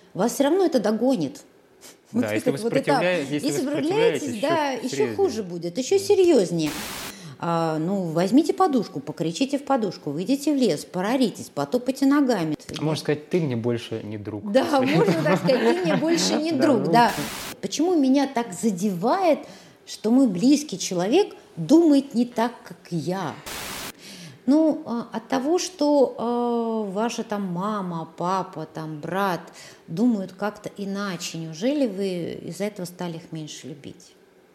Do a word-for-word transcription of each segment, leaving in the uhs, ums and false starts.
вас все равно это догонит. Да, вот если, вы вот это, если, если вы сопротивляетесь, да, еще, еще хуже будет, еще да. серьезнее. А, ну, возьмите подушку, покричите в подушку, выйдите в лес, пороритесь, потопайте ногами. Можно сказать, ты мне больше не друг. Да, можно так сказать, ты мне больше не друг, да. Почему меня так задевает, что мой близкий человек думает не так, как я? Ну, от того, что э, ваша там мама, папа, там брат думают как-то иначе, неужели вы из-за этого стали их меньше любить?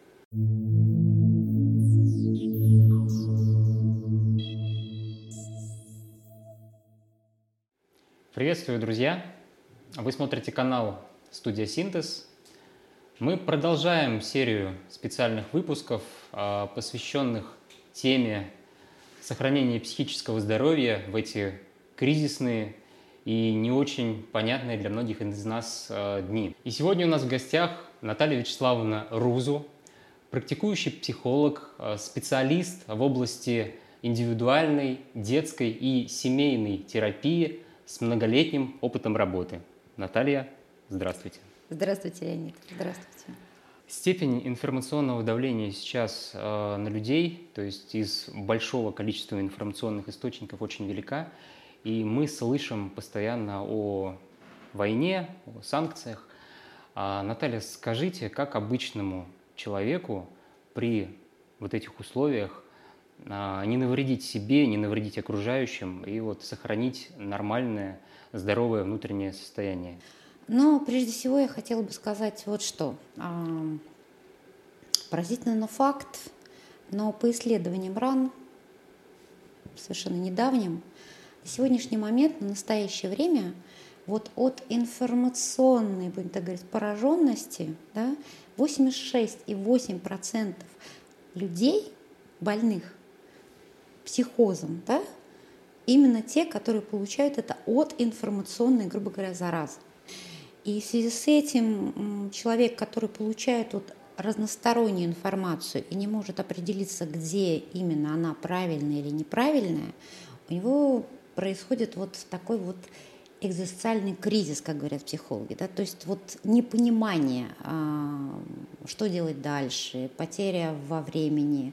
Приветствую, друзья! Вы смотрите канал «Студия Синтез». Мы продолжаем серию специальных выпусков, посвященных теме сохранения психического здоровья в эти кризисные и не очень понятные для многих из нас дни. И сегодня у нас в гостях Наталья Вячеславовна Рузу, практикующий психолог, специалист в области индивидуальной, детской и семейной терапии с многолетним опытом работы. Наталья, здравствуйте. Здравствуйте, Леонид. Здравствуйте. Степень информационного давления сейчас э, на людей, то есть из большого количества информационных источников, очень велика. И мы слышим постоянно о войне, о санкциях. А, Наталья, скажите, как обычному человеку при вот этих условиях не навредить себе, не навредить окружающим и вот сохранить нормальное, здоровое внутреннее состояние? Ну, прежде всего, я хотела бы сказать вот что. Поразительно, но факт, но по исследованиям РАН, совершенно недавним, на сегодняшний момент, на настоящее время, вот от информационной, будем так говорить, пораженности, да, восемьдесят шесть и восемь десятых процента людей, больных психозом, да, именно те, которые получают это от информационной, грубо говоря, заразы. И в связи с этим человек, который получает вот разностороннюю информацию и не может определиться, где именно она правильная или неправильная, у него происходит вот такой вот экзистенциальный кризис, как говорят психологи, да, то есть вот непонимание, что делать дальше, потеря во времени,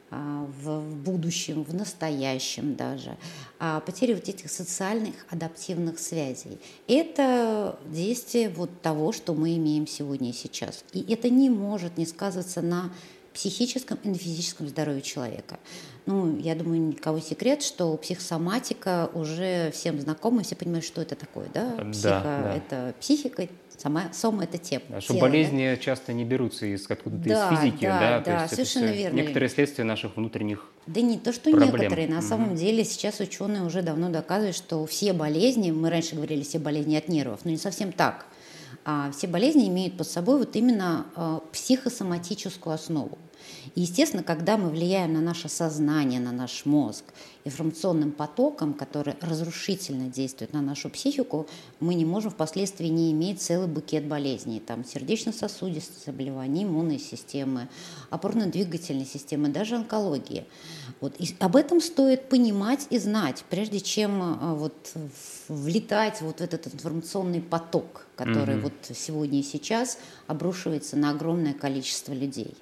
в будущем, в настоящем даже, потеря вот этих социальных адаптивных связей. Это действие вот того, что мы имеем сегодня и сейчас. И это не может не сказываться на психическом и на физическом здоровье человека. Ну, я думаю, никого секрет, что психосоматика уже всем знакома, все понимают, что это такое, да? Психо, да, да. Это психика, сама, сома – это тема. Да, что болезни да? часто не берутся из откуда-то да, из физики, да, да, да, то есть совершенно это верно. Некоторые следствия наших внутренних Да не то, что проблем. Некоторые, на угу. самом деле сейчас ученые уже давно доказывают, что все болезни, мы раньше говорили все болезни от нервов, но не совсем так. А все болезни имеют под собой вот именно э, психосоматическую основу. И, естественно, когда мы влияем на наше сознание, на наш мозг информационным потоком, который разрушительно действует на нашу психику, мы не можем впоследствии не иметь целый букет болезней. Там сердечно-сосудистые заболевания, иммунной системы, опорно-двигательной системы, даже онкологии. Вот. И об этом стоит понимать и знать, прежде чем вот, влетать вот в этот информационный поток, который mm-hmm. вот сегодня и сейчас обрушивается на огромное количество людей.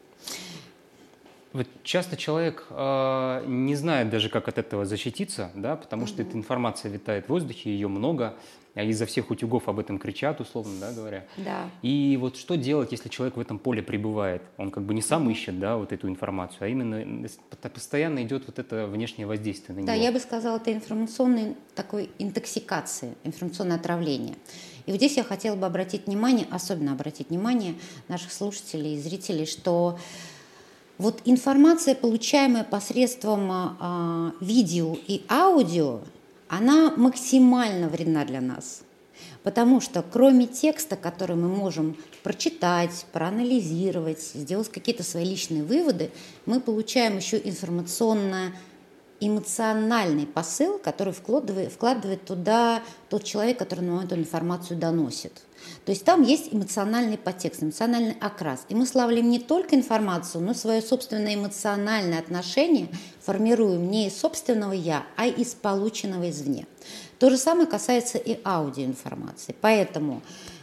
Вот часто человек э, не знает даже, как от этого защититься, да, потому mm-hmm. что эта информация витает в воздухе, ее много, а изо всех утюгов об этом кричат, условно да, говоря. Да. И вот что делать, если человек в этом поле пребывает? Он как бы не сам mm-hmm. ищет да, вот эту информацию, а именно постоянно идет вот это внешнее воздействие на него. Да, я бы сказала, это информационная такой интоксикация, информационное отравление. И вот здесь я хотела бы обратить внимание, особенно обратить внимание наших слушателей и зрителей, что вот информация, получаемая посредством э, видео и аудио, она максимально вредна для нас. Потому что кроме текста, который мы можем прочитать, проанализировать, сделать какие-то свои личные выводы, мы получаем еще информационное эмоциональный посыл, который вкладывает, вкладывает туда тот человек, который нам эту информацию доносит. То есть там есть эмоциональный подтекст, эмоциональный окрас. И мы славим не только информацию, но свое собственное эмоциональное отношение формируем не из собственного «я», а из полученного извне. То же самое касается и аудиоинформации. Поэтому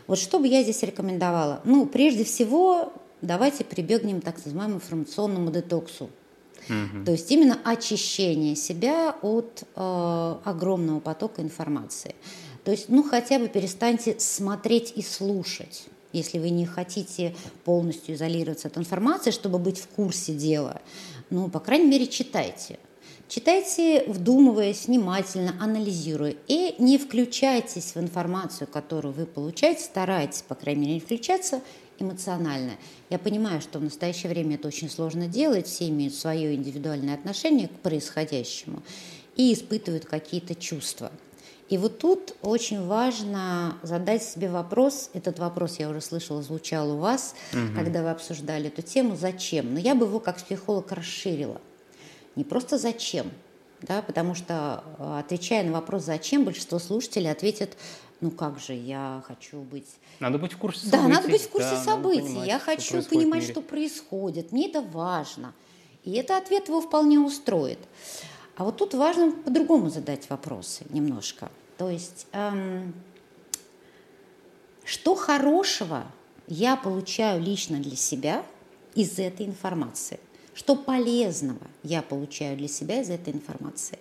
Вот что бы я здесь рекомендовала? Ну, прежде всего, давайте прибегнем к так называемому информационному детоксу. Мгм. То есть именно очищение себя от э, огромного потока информации. То есть, ну, хотя бы перестаньте смотреть и слушать, если вы не хотите полностью изолироваться от информации, чтобы быть в курсе дела. Ну, по крайней мере, читайте. Читайте, вдумываясь, внимательно, анализируя. И не включайтесь в информацию, которую вы получаете, старайтесь, по крайней мере, не включаться эмоционально. Я понимаю, что в настоящее время это очень сложно делать, все имеют свое индивидуальное отношение к происходящему и испытывают какие-то чувства. И вот тут очень важно задать себе вопрос, этот вопрос я уже слышала, звучал у вас, угу. когда вы обсуждали эту тему, зачем? Но я бы его как психолог расширила. Не просто зачем, да, потому что, отвечая на вопрос «зачем?», большинство слушателей ответят: ну как же, я хочу быть... Надо быть в курсе да, событий. Да, надо быть в курсе да, событий, понимать, я хочу понимать, что происходит, мне это важно. И этот ответ его вполне устроит. А вот тут важно по-другому задать вопросы немножко. То есть, эм, что хорошего я получаю лично для себя из этой информации? Что полезного я получаю для себя из этой информации?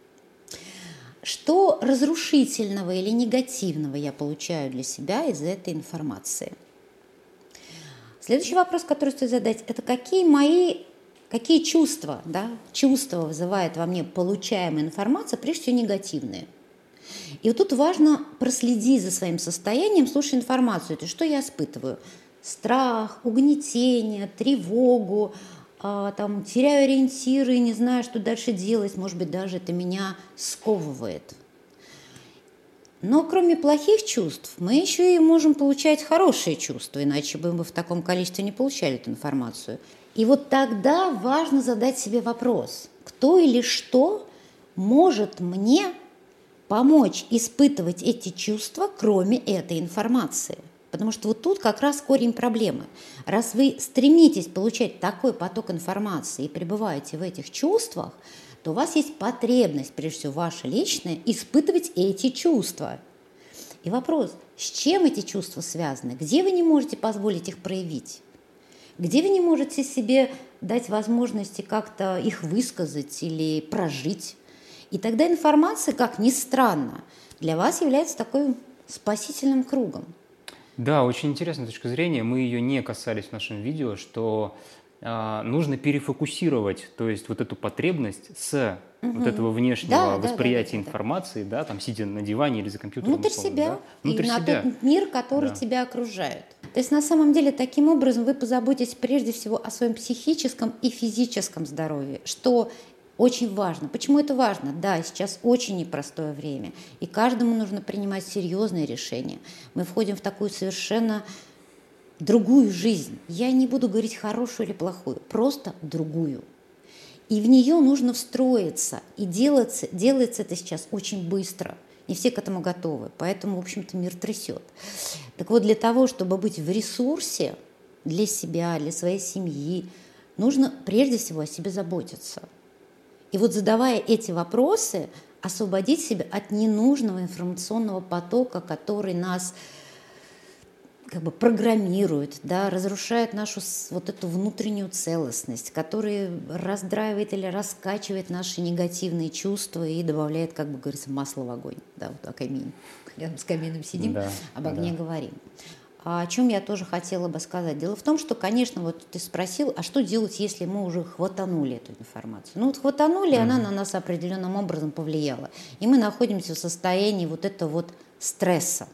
Что разрушительного или негативного я получаю для себя из этой информации? Следующий вопрос, который стоит задать, это какие мои, какие чувства, да, чувства вызывает во мне получаемая информация, прежде всего негативные. И вот тут важно проследить за своим состоянием, слушая информацию. То есть, что я испытываю? Страх, угнетение, тревогу, там, теряю ориентиры, не знаю, что дальше делать, может быть, даже это меня сковывает. Но кроме плохих чувств, мы еще и можем получать хорошие чувства, иначе бы мы в таком количестве не получали эту информацию. И вот тогда важно задать себе вопрос, кто или что может мне помочь испытывать эти чувства, кроме этой информации. Потому что вот тут как раз корень проблемы. Раз вы стремитесь получать такой поток информации и пребываете в этих чувствах, то у вас есть потребность, прежде всего ваша личная, испытывать эти чувства. И вопрос, с чем эти чувства связаны? Где вы не можете позволить их проявить? Где вы не можете себе дать возможности как-то их высказать или прожить? И тогда информация, как ни странно, для вас является таким спасительным кругом. Да, очень интересная точка зрения. Мы ее не касались в нашем видео, что э, нужно перефокусировать, то есть вот эту потребность с угу. вот этого внешнего да, восприятия да, да, да, информации, да. Да, там сидя на диване или за компьютером. Внутрь условно, себя, да? Внутрь и себя. на тот мир, который да. тебя окружает. То есть на самом деле таким образом вы позаботитесь прежде всего о своем психическом и физическом здоровье, что очень важно. Почему это важно? Да, сейчас очень непростое время, и каждому нужно принимать серьезные решения. Мы входим в такую совершенно другую жизнь. Я не буду говорить хорошую или плохую, просто другую. И в нее нужно встроиться, и делается, делается это сейчас очень быстро. Не все к этому готовы, поэтому, в общем-то, мир трясет. Так вот, для того, чтобы быть в ресурсе для себя, для своей семьи, нужно прежде всего о себе заботиться. И вот задавая эти вопросы, освободить себя от ненужного информационного потока, который нас как бы программирует, да, разрушает нашу вот эту внутреннюю целостность, который раздраивает или раскачивает наши негативные чувства и добавляет, как бы говорится, масло в огонь. Да, вот о камине. Рядом с камином сидим, да, об огне да. говорим. О чем я тоже хотела бы сказать. Дело в том, что, конечно, вот ты спросил, а что делать, если мы уже хватанули эту информацию? Ну вот хватанули, mm-hmm. она на нас определенным образом повлияла. И мы находимся в состоянии вот этого вот стресса.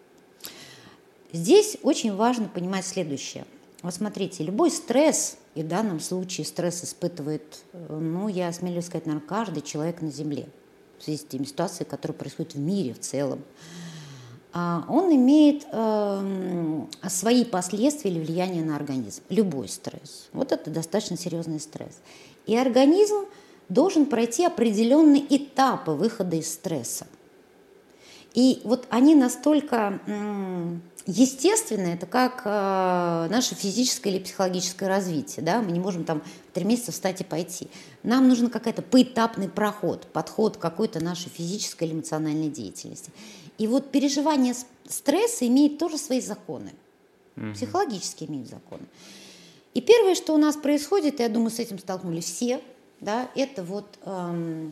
Здесь очень важно понимать следующее. Вот смотрите, любой стресс, и в данном случае стресс испытывает, ну, я осмелюсь сказать, наверное, каждый человек на Земле, в связи с теми ситуациями, которые происходят в мире в целом, он имеет э, свои последствия или влияние на организм. Любой стресс. Вот это достаточно серьезный стресс. И организм должен пройти определенные этапы выхода из стресса. И вот они настолько м, естественны, это как э, наше физическое или психологическое развитие. Да? Мы не можем там в три месяца встать и пойти. Нам нужен какой-то поэтапный проход, подход к какой-то нашей физической или эмоциональной деятельности. И вот переживание стресса имеет тоже свои законы. Угу. Психологически имеет законы. И первое, что у нас происходит, я думаю, с этим столкнулись все, да, это вот эм,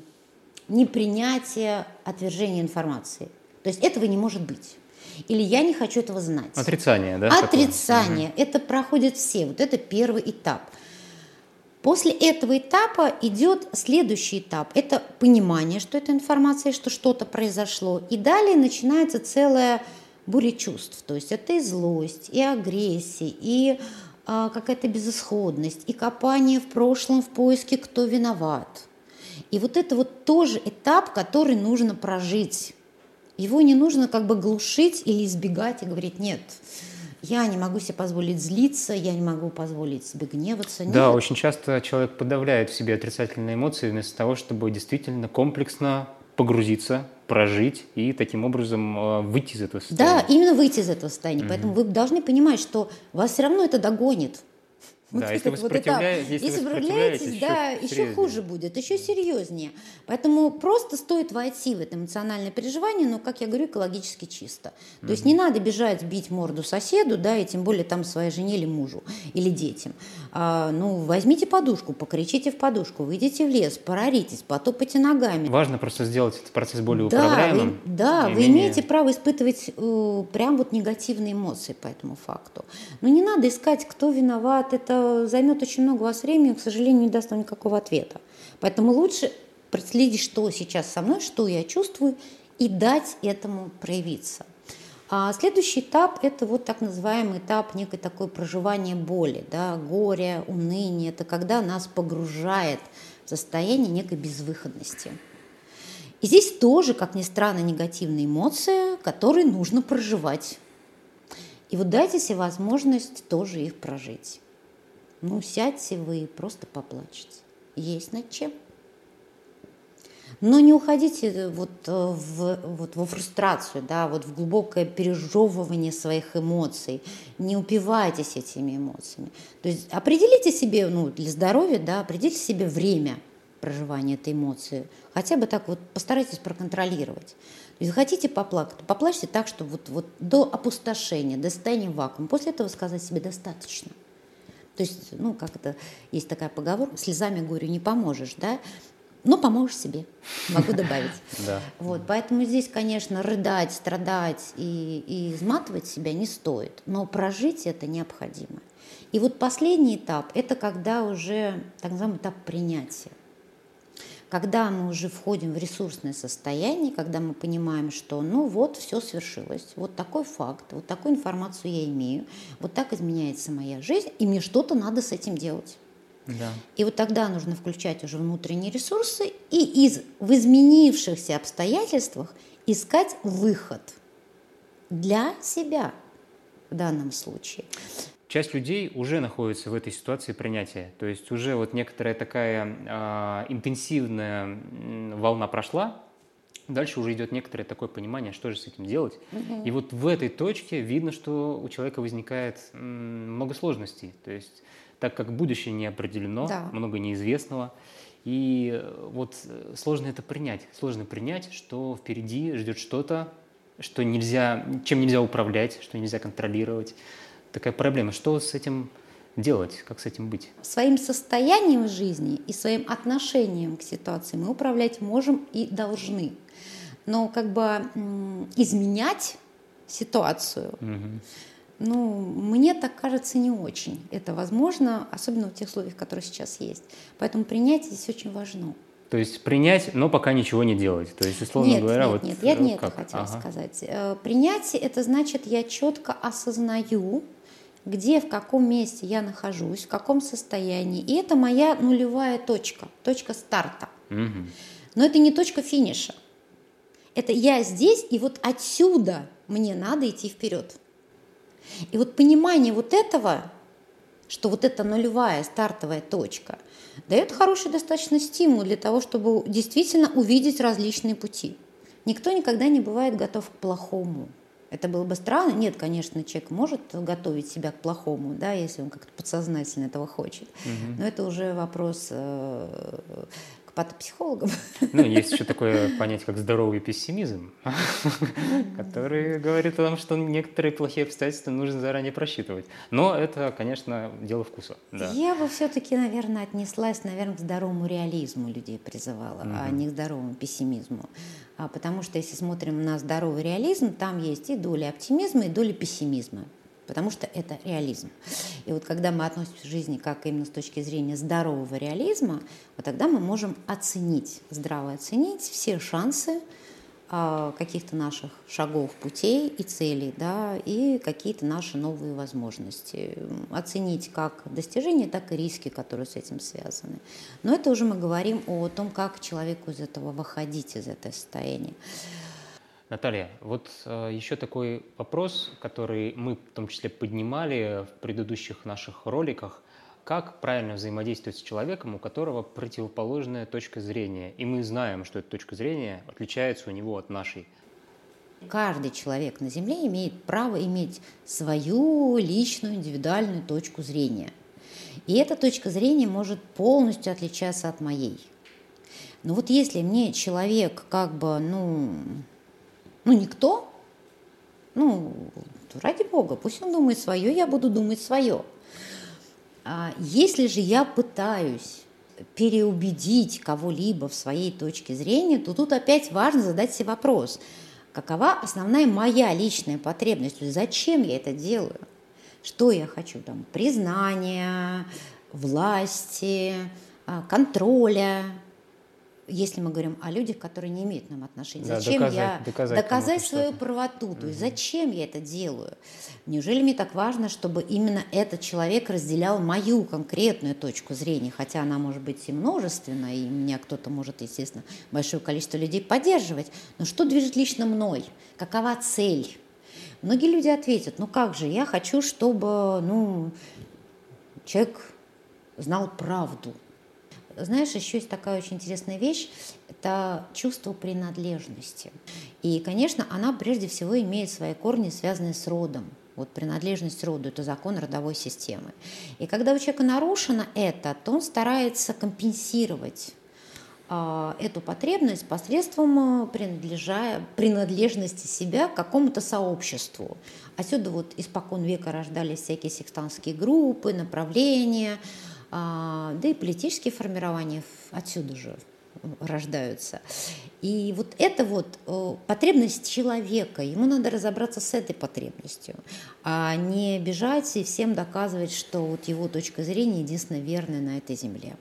непринятие, отвержение информации. То есть этого не может быть. Или я не хочу этого знать. Отрицание, да? Отрицание. Такое? Это проходят все. Вот это первый этап. После этого этапа идет следующий этап. Это понимание, что это информация, что что-то произошло. И далее начинается целая буря чувств. То есть это и злость, и агрессия, и а, какая-то безысходность, и копание в прошлом в поиске, кто виноват. И вот это вот тоже этап, который нужно прожить. Его не нужно как бы глушить или избегать и говорить: нет, я не могу себе позволить злиться, я не могу позволить себе гневаться. Да, нет. Очень часто человек подавляет в себе отрицательные эмоции вместо того, чтобы действительно комплексно погрузиться, прожить и таким образом выйти из этого состояния. Да, именно выйти из этого состояния. Угу. Поэтому вы должны понимать, что вас все равно это догонит. Да, вот если вы сопротивляетесь, если если вы сопротивляетесь, сопротивляетесь, еще да, еще серьезнее. хуже будет, еще серьезнее. Поэтому просто стоит войти в это эмоциональное переживание, но, как я говорю, экологически чисто. То mm-hmm. есть не надо бежать, бить морду соседу, да, и тем более там своей жене или мужу, или детям. А, ну, возьмите подушку, покричите в подушку, выйдите в лес, пороритесь, потопайте ногами. Важно просто сделать этот процесс более да, управляемым. Вы, да, вы менее... имеете право испытывать э, прям вот негативные эмоции по этому факту. Но не надо искать, кто виноват, это займет очень много у вас времени, к сожалению, не даст вам никакого ответа. Поэтому лучше проследить, что сейчас со мной, что я чувствую, и дать этому проявиться. А следующий этап – это вот так называемый этап некой такой проживания боли, да, горя, уныния. Это когда нас погружает в состояние некой безвыходности. И здесь тоже, как ни странно, негативные эмоции, которые нужно проживать. И вот дайте себе возможность тоже их прожить. Ну, сядьте вы и просто поплачьте. Есть над чем. Но не уходите вот в, вот во фрустрацию, да, вот в глубокое пережевывание своих эмоций. Не упивайтесь этими эмоциями. То есть определите себе, ну, для здоровья, да, определите себе время проживания этой эмоции. Хотя бы так вот постарайтесь проконтролировать. Если хотите поплакать, то поплачьте так, что вот, вот до опустошения, до состояния вакуума. После этого сказать себе: достаточно. То есть, ну, как это, есть такая поговорка: слезами горю не поможешь, да, но поможешь себе, могу добавить. Да. Вот, поэтому здесь, конечно, рыдать, страдать и, и изматывать себя не стоит, но прожить это необходимо. И вот последний этап – это когда уже, так называемый этап принятия. Когда мы уже входим в ресурсное состояние, когда мы понимаем, что ну вот все свершилось, вот такой факт, вот такую информацию я имею, вот так изменяется моя жизнь, и мне что-то надо с этим делать. Да. И вот тогда нужно включать уже внутренние ресурсы и из, в изменившихся обстоятельствах искать выход для себя в данном случае. Часть людей уже находится в этой ситуации принятия. То есть уже вот некоторая такая э, интенсивная волна прошла, дальше уже идет некоторое такое понимание, что же с этим делать. Угу. И вот в этой точке видно, что у человека возникает м, много сложностей. То есть так как будущее не определено, да. много неизвестного, и вот сложно это принять. Сложно принять, что впереди ждет что-то, что нельзя, чем нельзя управлять, что нельзя контролировать. Такая проблема. Что с этим делать? Как с этим быть? Своим состоянием жизни и своим отношением к ситуации мы управлять можем и должны. Но как бы м- изменять ситуацию, угу. ну, мне так кажется, не очень это возможно, особенно в тех условиях, которые сейчас есть. Поэтому принятие здесь очень важно. То есть принять, но пока ничего не делать. То есть, условно нет, говоря, нет, вот нет, я не как? это хотела ага. сказать. Принятие – это значит, я четко осознаю, где, в каком месте я нахожусь, в каком состоянии. И это моя нулевая точка, точка старта. Угу. Но это не точка финиша. Это я здесь, и вот отсюда мне надо идти вперед. И вот понимание вот этого, что вот эта нулевая стартовая точка, дает хороший достаточно стимул для того, чтобы действительно увидеть различные пути. Никто никогда не бывает готов к плохому. Это было бы странно. Нет, конечно, человек может готовить себя к плохому, да, если он как-то подсознательно этого хочет. Угу. Но это уже вопрос э, к патопсихологом. Ну, есть еще такое понятие, как здоровый пессимизм, который говорит о том, что некоторые плохие обстоятельства нужно заранее просчитывать. Но это, конечно, дело вкуса. Да. Я бы все-таки, наверное, отнеслась, наверное, к здоровому реализму людей призывала, угу. а не к здоровому пессимизму. А, потому что если смотрим на здоровый реализм, там есть и доля оптимизма, и доля пессимизма. Потому что это реализм. И вот когда мы относимся к жизни как именно с точки зрения здорового реализма, вот тогда мы можем оценить, здраво оценить все шансы а, каких-то наших шагов, путей и целей, да, и какие-то наши новые возможности. Оценить как достижения, так и риски, которые с этим связаны. Но это уже мы говорим о том, как человеку из этого выходить, из этого состояния. Наталья, вот э, еще такой вопрос, который мы в том числе поднимали в предыдущих наших роликах. Как правильно взаимодействовать с человеком, у которого противоположная точка зрения? И мы знаем, что эта точка зрения отличается у него от нашей. Каждый человек на Земле имеет право иметь свою личную индивидуальную точку зрения. И эта точка зрения может полностью отличаться от моей. Но вот если мне человек как бы, ну... Ну, никто. Ну, ради бога, пусть он думает свое, я буду думать свое. А если же я пытаюсь переубедить кого-либо в своей точке зрения, то тут опять важно задать себе вопрос, какова основная моя личная потребность, то есть зачем я это делаю, что я хочу, там, признания, власти, контроля. Если мы говорим о людях, которые не имеют к нам отношения, да, зачем доказать, я доказать, доказать свою правоту, то есть зачем я это делаю? Неужели мне так важно, чтобы именно этот человек разделял мою конкретную точку зрения, хотя она может быть и множественная, и меня кто-то может, естественно, большое количество людей поддерживать, но что движет лично мной? Какова цель? Многие люди ответят, ну как же, я хочу, чтобы ну, человек знал правду. Знаешь, еще есть такая очень интересная вещь, это чувство принадлежности. И, конечно, она прежде всего имеет свои корни, связанные с родом. Вот принадлежность роду – это закон родовой системы. И когда у человека нарушено это, то он старается компенсировать а, эту потребность посредством принадлежности себя к какому-то сообществу. Отсюда вот испокон века рождались всякие сектантские группы, направления, да и политические формирования отсюда же рождаются. И вот это вот потребность человека, ему надо разобраться с этой потребностью, а не бежать и всем доказывать, что вот его точка зрения единственно верная на этой земле.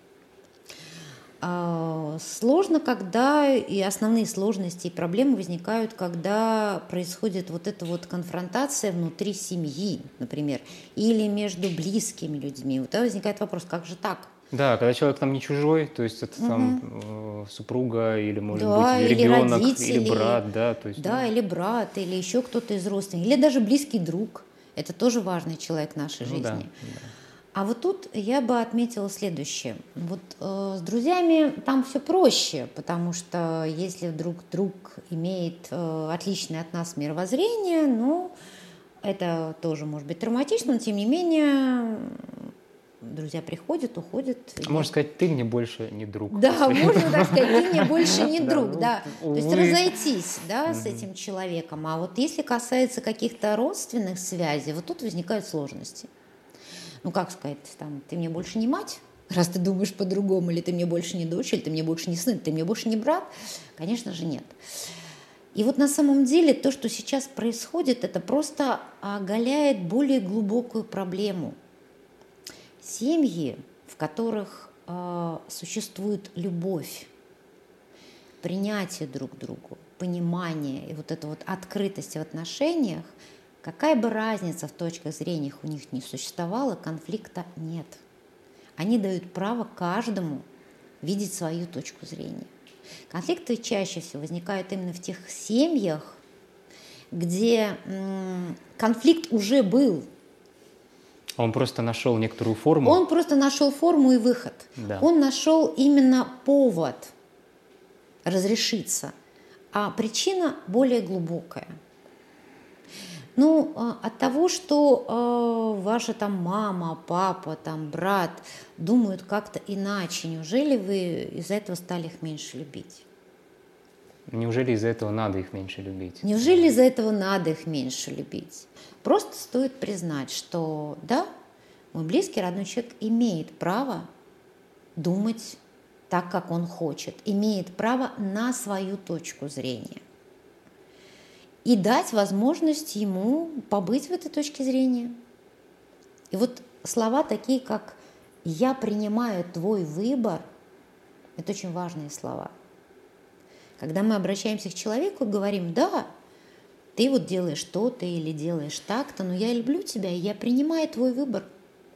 Сложно, когда и основные сложности и проблемы возникают, когда происходит вот эта вот конфронтация внутри семьи, например, или между близкими людьми. Вот тогда возникает вопрос, как же так? Да, когда человек там не чужой, то есть это угу. там э, супруга или, может да, быть, или ребенок, родители, или брат, да, то есть. Да, ну... или брат, или еще кто-то из родственников, или даже близкий друг. Это тоже важный человек в нашей ну, жизни. Да, да. А вот тут я бы отметила следующее. Вот э, с друзьями там все проще, потому что если вдруг друг имеет э, отличное от нас мировоззрение, ну, это тоже может быть травматично, но тем не менее друзья приходят, уходят. Можно сказать, ты мне больше не друг. Да, можно так сказать, ты мне больше не друг, да. То есть разойтись, да, с этим человеком. А вот если касается каких-то родственных связей, вот тут возникают сложности. Ну, как сказать, там, ты мне больше не мать, раз ты думаешь по-другому, или ты мне больше не дочь, или ты мне больше не сын, ты мне больше не брат? Конечно же, нет. И вот на самом деле то, что сейчас происходит, это просто оголяет более глубокую проблему. Семьи, в которых э, существует любовь, принятие друг к другу, понимание и вот эта вот открытость в отношениях, какая бы разница в точках зрения у них не существовала, конфликта нет. Они дают право каждому видеть свою точку зрения. Конфликты чаще всего возникают именно в тех семьях, где м, конфликт уже был. Он просто нашел некоторую форму. Он просто нашел форму и выход. Да. Он нашел именно повод разрешиться, а причина более глубокая. Ну, а, от того, что э, ваша там мама, папа, там брат думают как-то иначе, неужели вы из-за этого стали их меньше любить? Неужели из-за этого надо их меньше любить? Неужели из-за этого надо их меньше любить? Просто стоит признать, что да, мой близкий родной человек имеет право думать так, как он хочет, имеет право на свою точку зрения. И дать возможность ему побыть в этой точке зрения. И вот слова такие, как «я принимаю твой выбор», это очень важные слова. Когда мы обращаемся к человеку и говорим «да, ты вот делаешь то-то или делаешь так-то, но я люблю тебя, и я принимаю твой выбор».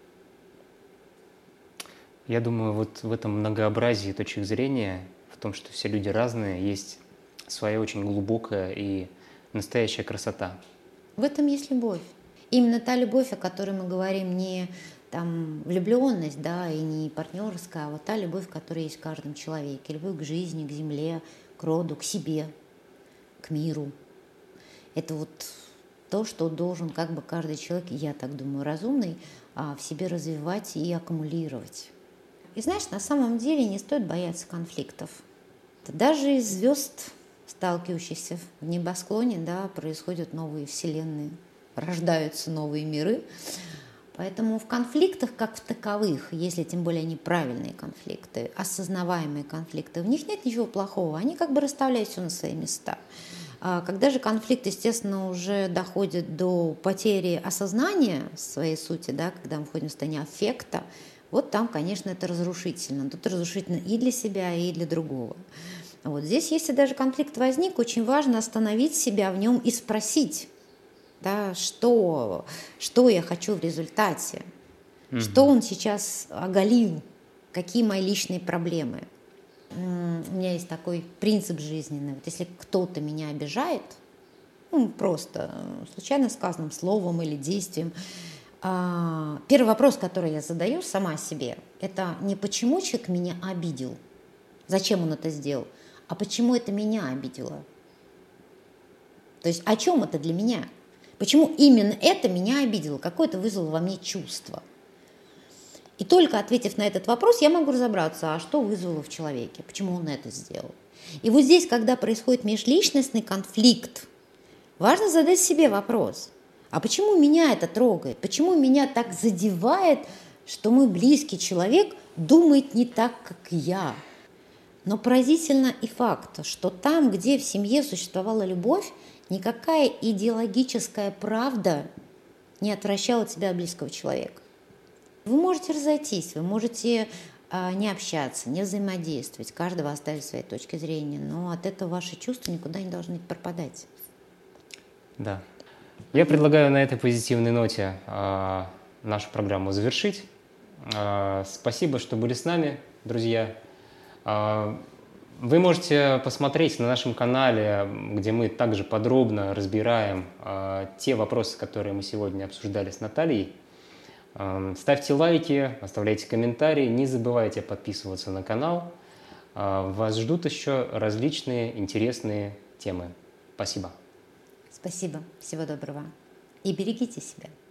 Я думаю, вот в этом многообразии точек зрения, в том, что все люди разные, есть своя очень глубокая и настоящая красота. В этом есть любовь. Именно та любовь, о которой мы говорим, не там влюбленность, да, и не партнерская, а вот та любовь, которая есть в каждом человеке. Любовь к жизни, к земле, к роду, к себе, к миру. Это вот то, что должен как бы каждый человек, я так думаю, разумный, в себе развивать и аккумулировать. И знаешь, на самом деле не стоит бояться конфликтов. Даже из звезд, сталкивающихся в небосклоне, да, происходят новые вселенные, рождаются новые миры. Поэтому в конфликтах, как в таковых, если тем более они правильные конфликты, осознаваемые конфликты, в них нет ничего плохого, они как бы расставляют все на свои места. Когда же конфликт, естественно, уже доходит до потери осознания своей сути, да, когда мы входим в состояние аффекта, вот там, конечно, это разрушительно. Тут разрушительно и для себя, и для другого. Вот здесь, если даже конфликт возник, очень важно остановить себя в нем и спросить, да, что, что я хочу в результате, mm-hmm. что он сейчас оголил, какие мои личные проблемы. У меня есть такой принцип жизненный. Вот если кто-то меня обижает, ну, просто случайно сказанным словом или действием, первый вопрос, который я задаю сама себе, это не почему человек меня обидел, зачем он это сделал, а почему это меня обидело. То есть о чем это для меня? Почему именно это меня обидело? Какое это вызвало во мне чувство? И только ответив на этот вопрос, я могу разобраться, а что вызвало в человеке, почему он это сделал. И вот здесь, когда происходит межличностный конфликт, важно задать себе вопрос, а почему меня это трогает? Почему меня так задевает, что мой близкий человек думает не так, как я? Но поразительно и факт, что там, где в семье существовала любовь, никакая идеологическая правда не отвращала тебя от близкого человека. Вы можете разойтись, вы можете а, не общаться, не взаимодействовать, каждого оставить своей точки зрения, но от этого ваши чувства никуда не должны пропадать. Да. Я предлагаю на этой позитивной ноте э, нашу программу завершить. Э, спасибо, что были с нами, друзья. Э, вы можете посмотреть на нашем канале, где мы также подробно разбираем э, те вопросы, которые мы сегодня обсуждали с Натальей. Э, ставьте лайки, оставляйте комментарии, не забывайте подписываться на канал. Э, вас ждут еще различные интересные темы. Спасибо. Спасибо. Всего доброго. И берегите себя.